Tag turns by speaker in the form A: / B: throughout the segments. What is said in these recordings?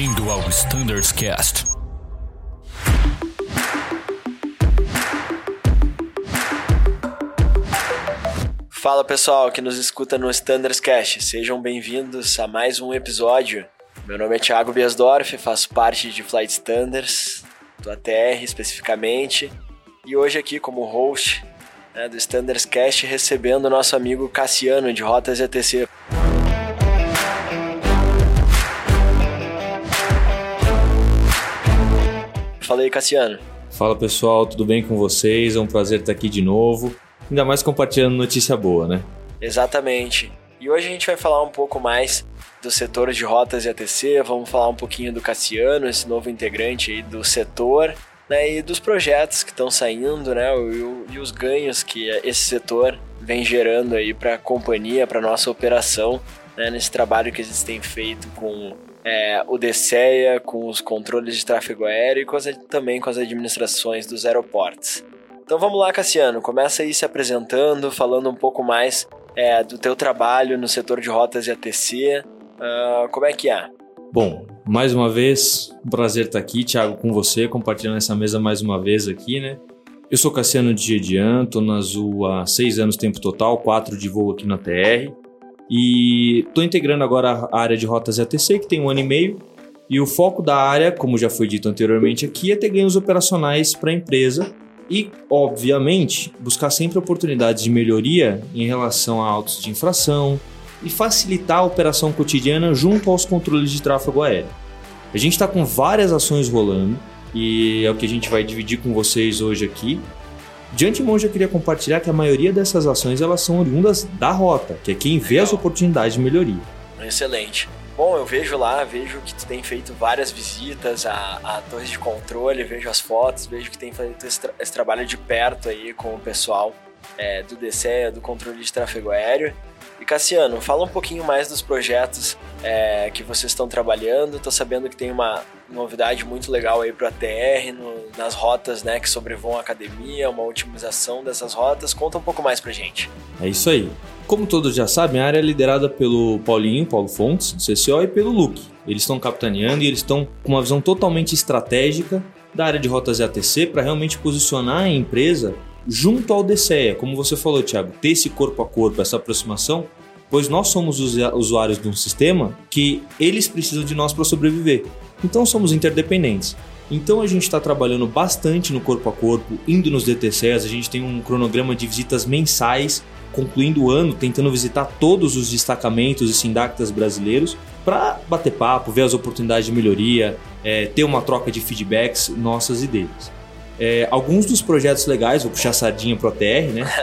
A: Bem-vindo ao Standards Cast.
B: Fala pessoal que nos escuta no Standards Cast, sejam bem-vindos a mais um episódio. Meu nome é Thiago Biasdorf, faço parte de Flight Standards, do ATR especificamente, e hoje aqui como host do Standards Cast recebendo o nosso amigo Cassiano de Rotas ETC. Fala aí, Cassiano.
C: Fala pessoal, tudo bem com vocês? É um prazer estar aqui de novo. Ainda mais compartilhando notícia boa, né?
B: Exatamente. E hoje a gente vai falar um pouco mais do setor de rotas e ATC, vamos falar um pouquinho do Cassiano, esse novo integrante aí do setor, né, e dos projetos que estão saindo, né, e os ganhos que esse setor vem gerando aí para a companhia, para nossa operação, né, nesse trabalho que eles têm feito com o DCEA, com os controles de tráfego aéreo e também com as administrações dos aeroportos. Então vamos lá, Cassiano, começa aí se apresentando, falando um pouco mais do teu trabalho no setor de rotas e ATC, como é que é?
C: Bom, mais uma vez, um prazer estar aqui, Thiago, com você, compartilhando essa mesa mais uma vez aqui, né? Eu sou Cassiano de Gedian, estou na Azul há 6 anos tempo total, 4 de voo aqui na TR, e estou integrando agora a área de rotas e ATC, que tem 1 ano e meio, e o foco da área, como já foi dito anteriormente aqui, é ter ganhos operacionais para a empresa, e, obviamente, buscar sempre oportunidades de melhoria em relação a autos de infração e facilitar a operação cotidiana junto aos controles de tráfego aéreo. A gente está com várias ações rolando e é o que a gente vai dividir com vocês hoje aqui. De antemão, já queria compartilhar que a maioria dessas ações elas são oriundas da rota, que é quem vê as oportunidades de melhoria.
B: Excelente. Bom, eu vejo que tu tem feito várias visitas a torres de controle, vejo as fotos, vejo que tem feito esse trabalho de perto aí com o pessoal do DCEA, do controle de tráfego aéreo. E Cassiano, fala um pouquinho mais dos projetos que vocês estão trabalhando. Estou sabendo que tem uma novidade muito legal aí para o ATR, nas rotas, né, que sobrevoam a academia, uma otimização dessas rotas. Conta um pouco mais pra gente.
C: É isso aí. Como todos já sabem, a área é liderada pelo Paulo Fontes, do CCO, e pelo Luke. Eles estão capitaneando e eles estão com uma visão totalmente estratégica da área de rotas e ATC para realmente posicionar a empresa junto ao DCEA. Como você falou, Thiago, ter esse corpo a corpo, essa aproximação, pois nós somos os usuários de um sistema que eles precisam de nós para sobreviver. Então somos interdependentes. Então a gente está trabalhando bastante no corpo a corpo, indo nos DTCs, a gente tem um cronograma de visitas mensais, concluindo o ano, tentando visitar todos os destacamentos e sindactas brasileiros para bater papo, ver as oportunidades de melhoria, ter uma troca de feedbacks nossas e deles. Alguns dos projetos legais, vou puxar a sardinha pro ATR, né?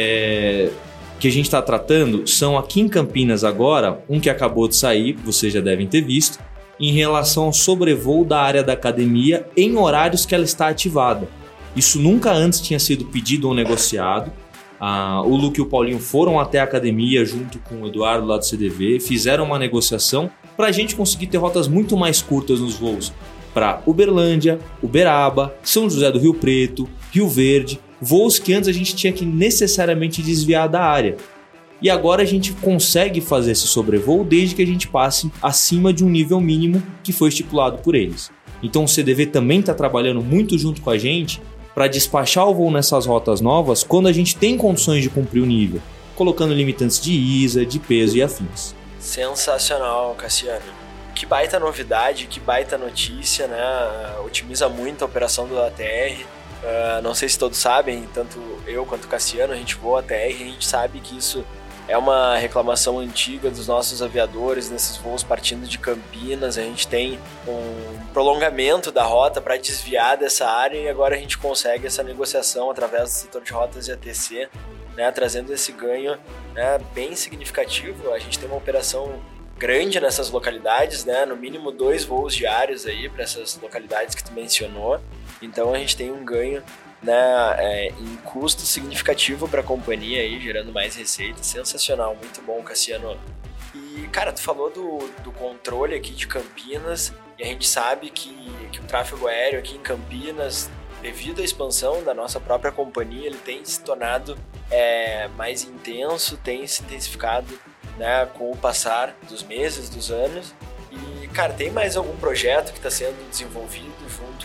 C: Que a gente está tratando são aqui em Campinas agora, um que acabou de sair, vocês já devem ter visto, em relação ao sobrevoo da área da academia em horários que ela está ativada. Isso nunca antes tinha sido pedido ou negociado. O Luke e o Paulinho foram até a academia junto com o Eduardo lá do CDV, fizeram uma negociação para a gente conseguir ter rotas muito mais curtas nos voos para Uberlândia, Uberaba, São José do Rio Preto, Rio Verde, voos que antes a gente tinha que necessariamente desviar da área. E agora a gente consegue fazer esse sobrevoo desde que a gente passe acima de um nível mínimo que foi estipulado por eles. Então o CDV também está trabalhando muito junto com a gente para despachar o voo nessas rotas novas quando a gente tem condições de cumprir o nível, colocando limitantes de ISA, de peso e afins.
B: Sensacional, Cassiano. Que baita novidade, que baita notícia, né? Otimiza muito a operação do ATR. Não sei se todos sabem, tanto eu quanto o Cassiano, a gente voa ATR, a gente sabe que isso é uma reclamação antiga dos nossos aviadores nesses voos partindo de Campinas. A gente tem um prolongamento da rota para desviar dessa área e agora a gente consegue essa negociação através do setor de rotas e ATC, né, trazendo esse ganho, né, bem significativo. A gente tem uma operação grande nessas localidades, né, no mínimo 2 voos diários aí para essas localidades que tu mencionou. Então a gente tem um ganho, né, em custo significativo para a companhia aí, gerando mais receita. Sensacional, muito bom, Cassiano. E cara, tu falou do controle aqui de Campinas e a gente sabe que o tráfego aéreo aqui em Campinas, devido à expansão da nossa própria companhia, ele tem se tornado mais intenso, tem se intensificado, né, com o passar dos meses, dos anos. E cara, tem mais algum projeto que está sendo desenvolvido junto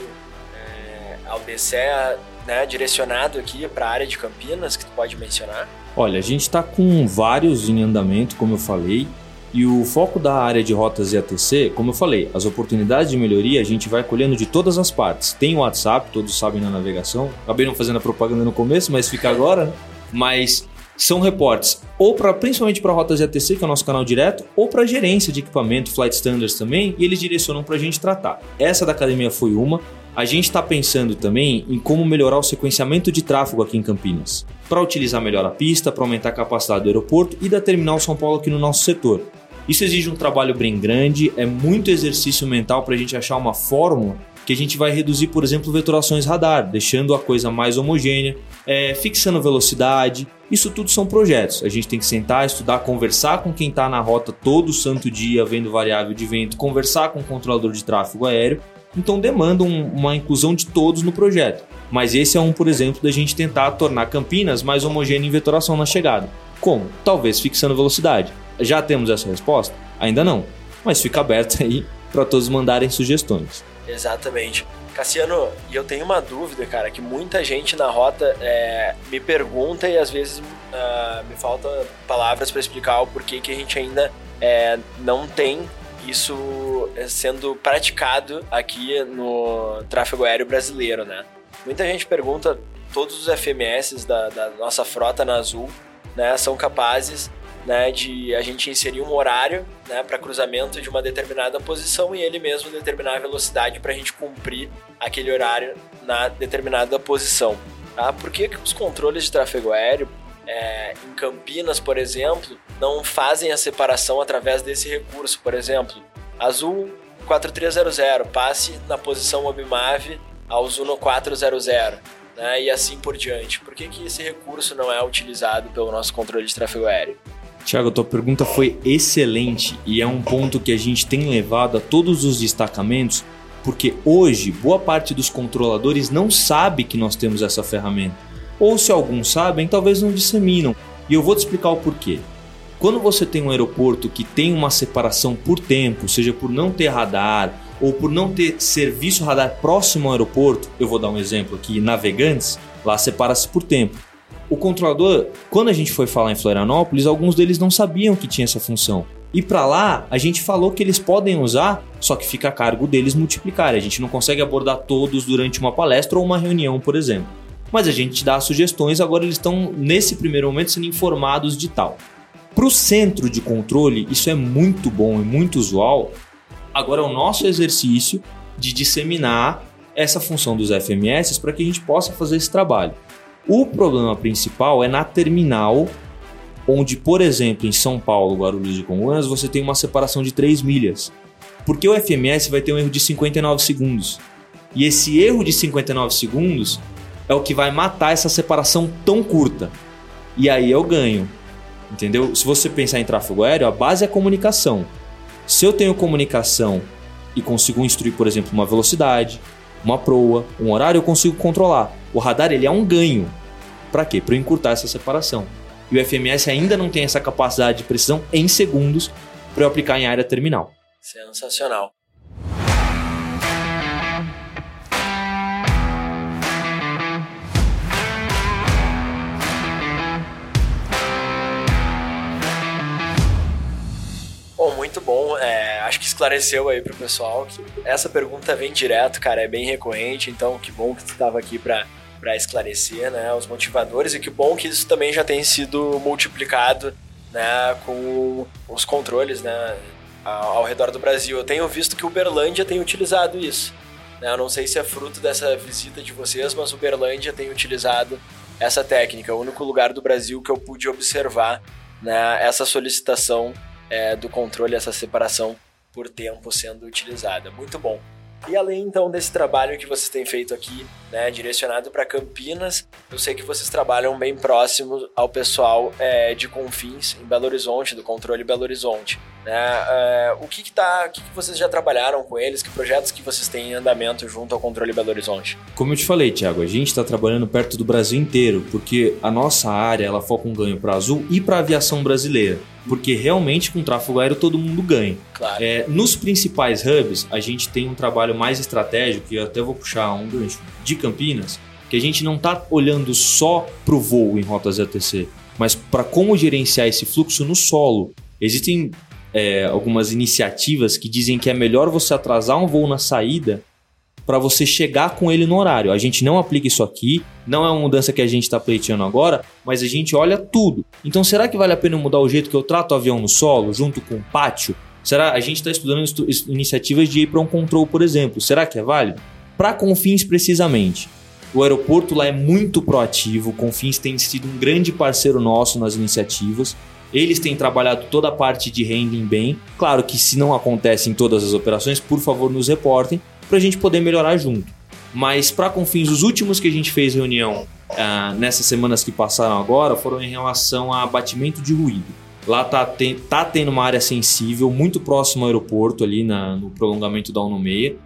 B: ao DCE, né, direcionado aqui para a área de Campinas, que tu pode mencionar?
C: Olha, a gente está com vários em andamento, como eu falei, e o foco da área de rotas e ATC, como eu falei, as oportunidades de melhoria a gente vai colhendo de todas as partes. Tem o WhatsApp, todos sabem na navegação, acabei não fazendo a propaganda no começo, mas fica agora, né? Mas são reportes ou principalmente para rotas de ATC, que é o nosso canal direto, ou para gerência de equipamento, Flight Standards também, e eles direcionam para a gente tratar. Essa da academia foi uma. A gente está pensando também em como melhorar o sequenciamento de tráfego aqui em Campinas, para utilizar melhor a pista, para aumentar a capacidade do aeroporto e da Terminal São Paulo aqui no nosso setor. Isso exige um trabalho bem grande, é muito exercício mental para a gente achar uma fórmula que a gente vai reduzir, por exemplo, veturações radar, deixando a coisa mais homogênea, fixando velocidade. Isso tudo são projetos. A gente tem que sentar, estudar, conversar com quem está na rota todo santo dia, vendo variável de vento, conversar com o controlador de tráfego aéreo. Então demanda uma inclusão de todos no projeto. Mas esse é um, por exemplo, da gente tentar tornar Campinas mais homogênea em veturação na chegada. Como? Talvez fixando velocidade. Já temos essa resposta? Ainda não. Mas fica aberto aí para todos mandarem sugestões.
B: Exatamente. Cassiano, e eu tenho uma dúvida, cara, que muita gente na rota me pergunta e às vezes me faltam palavras para explicar o porquê que a gente ainda não tem isso sendo praticado aqui no tráfego aéreo brasileiro, né? Muita gente pergunta, todos os FMS da nossa frota na Azul, né, são capazes, né, de a gente inserir um horário, né, para cruzamento de uma determinada posição e ele mesmo determinar a velocidade para a gente cumprir aquele horário na determinada posição. Tá? Por que os controles de tráfego aéreo em Campinas, por exemplo, não fazem a separação através desse recurso? Por exemplo, Azul 4300, passe na posição OBMAV ao Zuno 400, né, e assim por diante. Por que esse recurso não é utilizado pelo nosso controle de tráfego aéreo?
C: Tiago, a tua pergunta foi excelente e é um ponto que a gente tem levado a todos os destacamentos, porque hoje boa parte dos controladores não sabe que nós temos essa ferramenta. Ou se alguns sabem, talvez não disseminam. E eu vou te explicar o porquê. Quando você tem um aeroporto que tem uma separação por tempo, seja por não ter radar ou por não ter serviço radar próximo ao aeroporto, eu vou dar um exemplo aqui, Navegantes, lá separa-se por tempo. O controlador, quando a gente foi falar em Florianópolis, alguns deles não sabiam que tinha essa função. E para lá, a gente falou que eles podem usar, só que fica a cargo deles multiplicar. A gente não consegue abordar todos durante uma palestra ou uma reunião, por exemplo. Mas a gente dá sugestões, agora eles estão, nesse primeiro momento, sendo informados de tal. Para o centro de controle, isso é muito bom e muito usual. Agora é o nosso exercício de disseminar essa função dos FMS para que a gente possa fazer esse trabalho. O problema principal é na terminal, onde, por exemplo, em São Paulo, Guarulhos e Congonhas, você tem uma separação de 3 milhas. Porque o FMS vai ter um erro de 59 segundos. E esse erro de 59 segundos é o que vai matar essa separação tão curta. E aí é o ganho. Entendeu? Se você pensar em tráfego aéreo, a base é a comunicação. Se eu tenho comunicação e consigo instruir, por exemplo, uma velocidade, uma proa, um horário, eu consigo controlar. O radar ele é um ganho. Para quê? Para encurtar essa separação. E o FMS ainda não tem essa capacidade de precisão em segundos para eu aplicar em área terminal.
B: Sensacional. Muito bom, acho que esclareceu aí pro pessoal que essa pergunta vem direto, cara, é bem recorrente, então que bom que tu estava aqui para esclarecer, né, os motivadores, e que bom que isso também já tem sido multiplicado, né, com os controles, né, ao redor do Brasil. Eu tenho visto que Uberlândia tem utilizado isso, né, eu não sei se é fruto dessa visita de vocês, mas Uberlândia tem utilizado essa técnica, o único lugar do Brasil que eu pude observar, né, essa solicitação do controle, essa separação por tempo sendo utilizada. Muito bom. E além então desse trabalho que vocês têm feito aqui, né, direcionado para Campinas, eu sei que vocês trabalham bem próximo ao pessoal de Confins, em Belo Horizonte, do controle Belo Horizonte. né? O que vocês já trabalharam com eles? Que projetos que vocês têm em andamento junto ao Controle Belo Horizonte?
C: Como eu te falei, Thiago, a gente está trabalhando perto do Brasil inteiro, porque a nossa área ela foca um ganho para a Azul e para a aviação brasileira, porque realmente com tráfego aéreo todo mundo ganha.
B: Claro.
C: Nos principais hubs, a gente tem um trabalho mais estratégico, e eu até vou puxar um gancho de Campinas, que a gente não está olhando só para o voo em rotas ATC, mas para como gerenciar esse fluxo no solo. Existem algumas iniciativas que dizem que é melhor você atrasar um voo na saída para você chegar com ele no horário. A gente não aplica isso aqui, não é uma mudança que a gente está pleiteando agora, mas a gente olha tudo. Então será que vale a pena mudar o jeito que eu trato o avião no solo, junto com o pátio? A gente está estudando iniciativas de Apron Control, por exemplo. Será que é válido? Para Confins, precisamente. O aeroporto lá é muito proativo, o Confins tem sido um grande parceiro nosso nas iniciativas. Eles têm trabalhado toda a parte de handling bem. Claro que se não acontece em todas as operações, por favor nos reportem para a gente poder melhorar junto. Mas para Confins, os últimos que a gente fez reunião nessas semanas que passaram agora foram em relação a abatimento de ruído. Lá tá tendo uma área sensível, muito próximo ao aeroporto, ali no prolongamento da 196.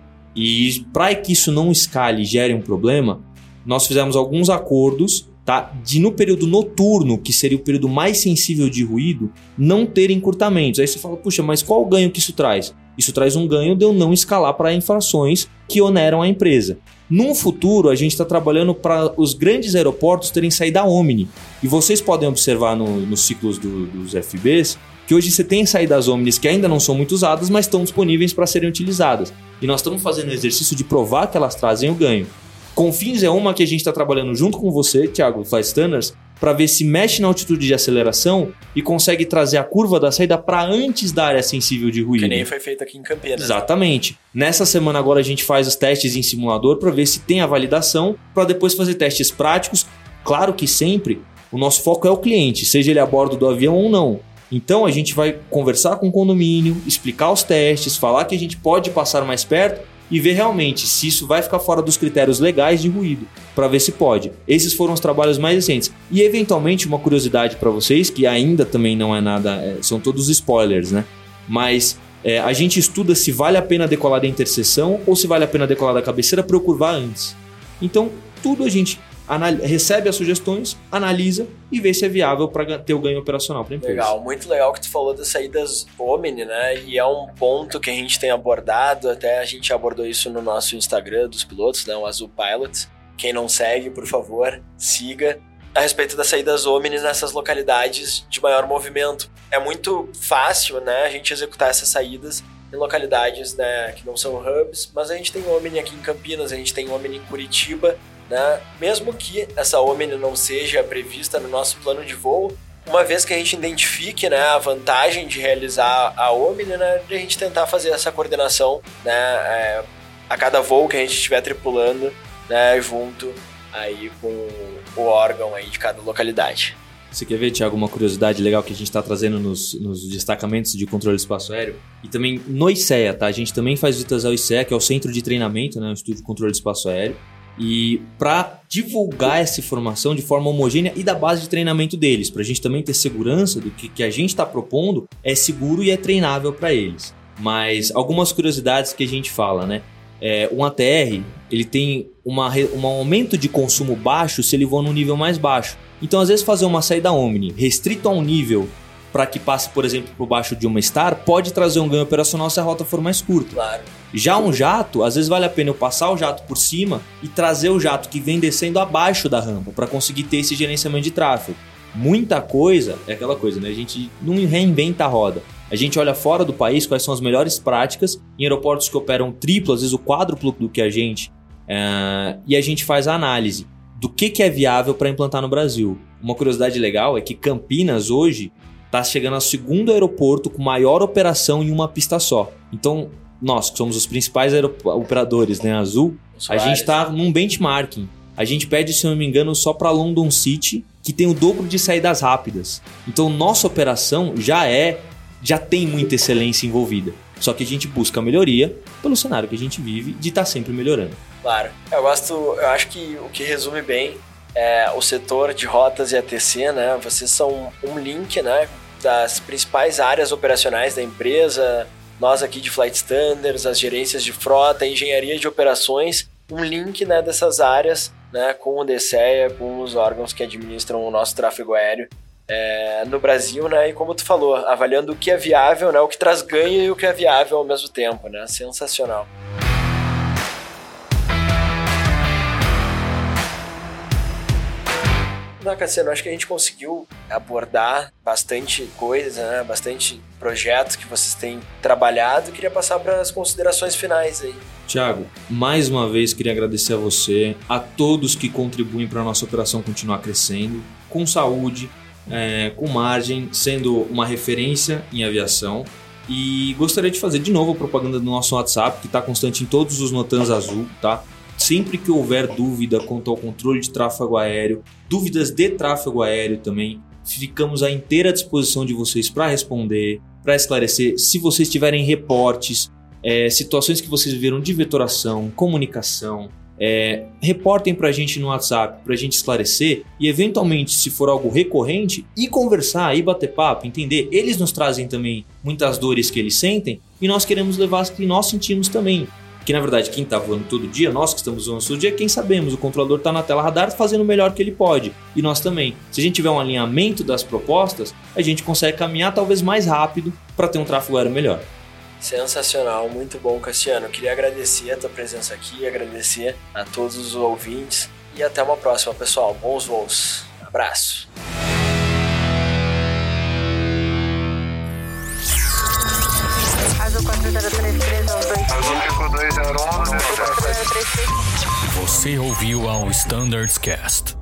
C: E para que isso não escale e gere um problema, nós fizemos alguns acordos, tá? De no período noturno, que seria o período mais sensível de ruído, não ter encurtamentos. Aí você fala, puxa, mas qual o ganho que isso traz? Isso traz um ganho de eu não escalar para infrações que oneram a empresa. No futuro, a gente está trabalhando para os grandes aeroportos terem saída Omni. E vocês podem observar nos ciclos dos FBs que hoje você tem saídas Omnis que ainda não são muito usadas, mas estão disponíveis para serem utilizadas. E nós estamos fazendo o exercício de provar que elas trazem o ganho. Confins é uma que a gente está trabalhando junto com você, Thiago, Flight Standards, para ver se mexe na altitude de aceleração e consegue trazer a curva da saída para antes da área sensível de ruído.
B: Que nem foi feito aqui em Campinas.
C: Exatamente. Nessa semana agora a gente faz os testes em simulador para ver se tem a validação, para depois fazer testes práticos. Claro que sempre o nosso foco é o cliente, seja ele a bordo do avião ou não. Então a gente vai conversar com o condomínio, explicar os testes, falar que a gente pode passar mais perto e ver realmente se isso vai ficar fora dos critérios legais de ruído, para ver se pode. Esses foram os trabalhos mais recentes. E eventualmente uma curiosidade para vocês, que ainda também não é nada, são todos spoilers, né? Mas a gente estuda se vale a pena decolar da interseção ou se vale a pena decolar da cabeceira para eu curvar antes. Então tudo a gente recebe as sugestões, analisa e vê se é viável para ter o ganho operacional para a empresa.
B: Legal, muito legal que tu falou das saídas Omni, né? E é um ponto que a gente tem abordado, até a gente abordou isso no nosso Instagram dos pilotos, né? O Azul Pilot. Quem não segue, por favor, siga. A respeito das saídas Omni nessas localidades de maior movimento. É muito fácil, né, a gente executar essas saídas em localidades, né, que não são hubs, mas a gente tem Omni aqui em Campinas, a gente tem Omni em Curitiba, né? Mesmo que essa Omni não seja prevista no nosso plano de voo, uma vez que a gente identifique, né, a vantagem de realizar a Omni, né, de a gente tentar fazer essa coordenação, né, a cada voo que a gente estiver tripulando, né, junto aí com o órgão aí de cada localidade.
C: Você quer ver, Thiago, uma curiosidade legal que a gente está trazendo nos destacamentos de controle do espaço aéreo? E também no ICEA, tá? A gente também faz visitas ao ICEA, que é o Centro de Treinamento, né, o Instituto de Controle do Espaço Aéreo. E para divulgar essa informação de forma homogênea e da base de treinamento deles, para a gente também ter segurança do que a gente está propondo é seguro e é treinável para eles. Mas algumas curiosidades que a gente fala, né? Um ATR ele tem um aumento de consumo baixo se ele voa num nível mais baixo. Então, às vezes, fazer uma saída Omni restrito a um nível para que passe, por exemplo, por baixo de uma Star pode trazer um ganho operacional se a rota for mais curta.
B: Claro.
C: Já um jato, às vezes vale a pena eu passar o jato por cima e trazer o jato que vem descendo abaixo da rampa para conseguir ter esse gerenciamento de tráfego. Muita coisa é aquela coisa, né? A gente não reinventa a roda. A gente olha fora do país quais são as melhores práticas em aeroportos que operam triplo, às vezes o quádruplo do que a gente, e a gente faz a análise do que é viável para implantar no Brasil. Uma curiosidade legal é que Campinas hoje está chegando ao segundo aeroporto com maior operação em uma pista só. Então, nós que somos os principais operadores, né, Azul, a gente está num benchmarking. A gente pede, se não me engano, só para London City, que tem o dobro de saídas rápidas. Então, nossa operação já tem muita excelência envolvida. Só que a gente busca melhoria pelo cenário que a gente vive de estar sempre melhorando.
B: Claro. Eu acho que o que resume bem é o setor de rotas e ATC, né? Vocês são um link, né, das principais áreas operacionais da empresa, nós aqui de Flight Standards, as gerências de frota, engenharia de operações, um link, né, dessas áreas, né, com o DCEA, com os órgãos que administram o nosso tráfego aéreo no Brasil, né, e como tu falou, avaliando o que é viável, né, o que traz ganho e o que é viável ao mesmo tempo, né, sensacional. Cassiano, acho que a gente conseguiu abordar bastante coisa, né? Bastante projetos que vocês têm trabalhado. Queria passar para as considerações finais aí.
C: Tiago, mais uma vez queria agradecer a você, a todos que contribuem para a nossa operação continuar crescendo, com saúde, com margem, sendo uma referência em aviação. E gostaria de fazer de novo a propaganda do nosso WhatsApp, que está constante em todos os Notans Azul, tá? Sempre que houver dúvida quanto ao controle de tráfego aéreo, dúvidas de tráfego aéreo também, ficamos à inteira disposição de vocês para responder, para esclarecer. Se vocês tiverem reportes, situações que vocês viram de vetoração, comunicação, reportem para a gente no WhatsApp, para a gente esclarecer e eventualmente, se for algo recorrente, ir conversar, ir bater papo, entender. Eles nos trazem também muitas dores que eles sentem e nós queremos levar as que nós sentimos também. Que na verdade quem está voando todo dia, nós que estamos voando todo dia, quem sabemos, o controlador está na tela radar fazendo o melhor que ele pode. E nós também. Se a gente tiver um alinhamento das propostas, a gente consegue caminhar talvez mais rápido para ter um tráfego aéreo melhor.
B: Sensacional, muito bom, Cassiano. Eu queria agradecer a tua presença aqui, agradecer a todos os ouvintes e até uma próxima, pessoal. Bons voos. Abraço.
A: Você ouviu ao Standards Cast.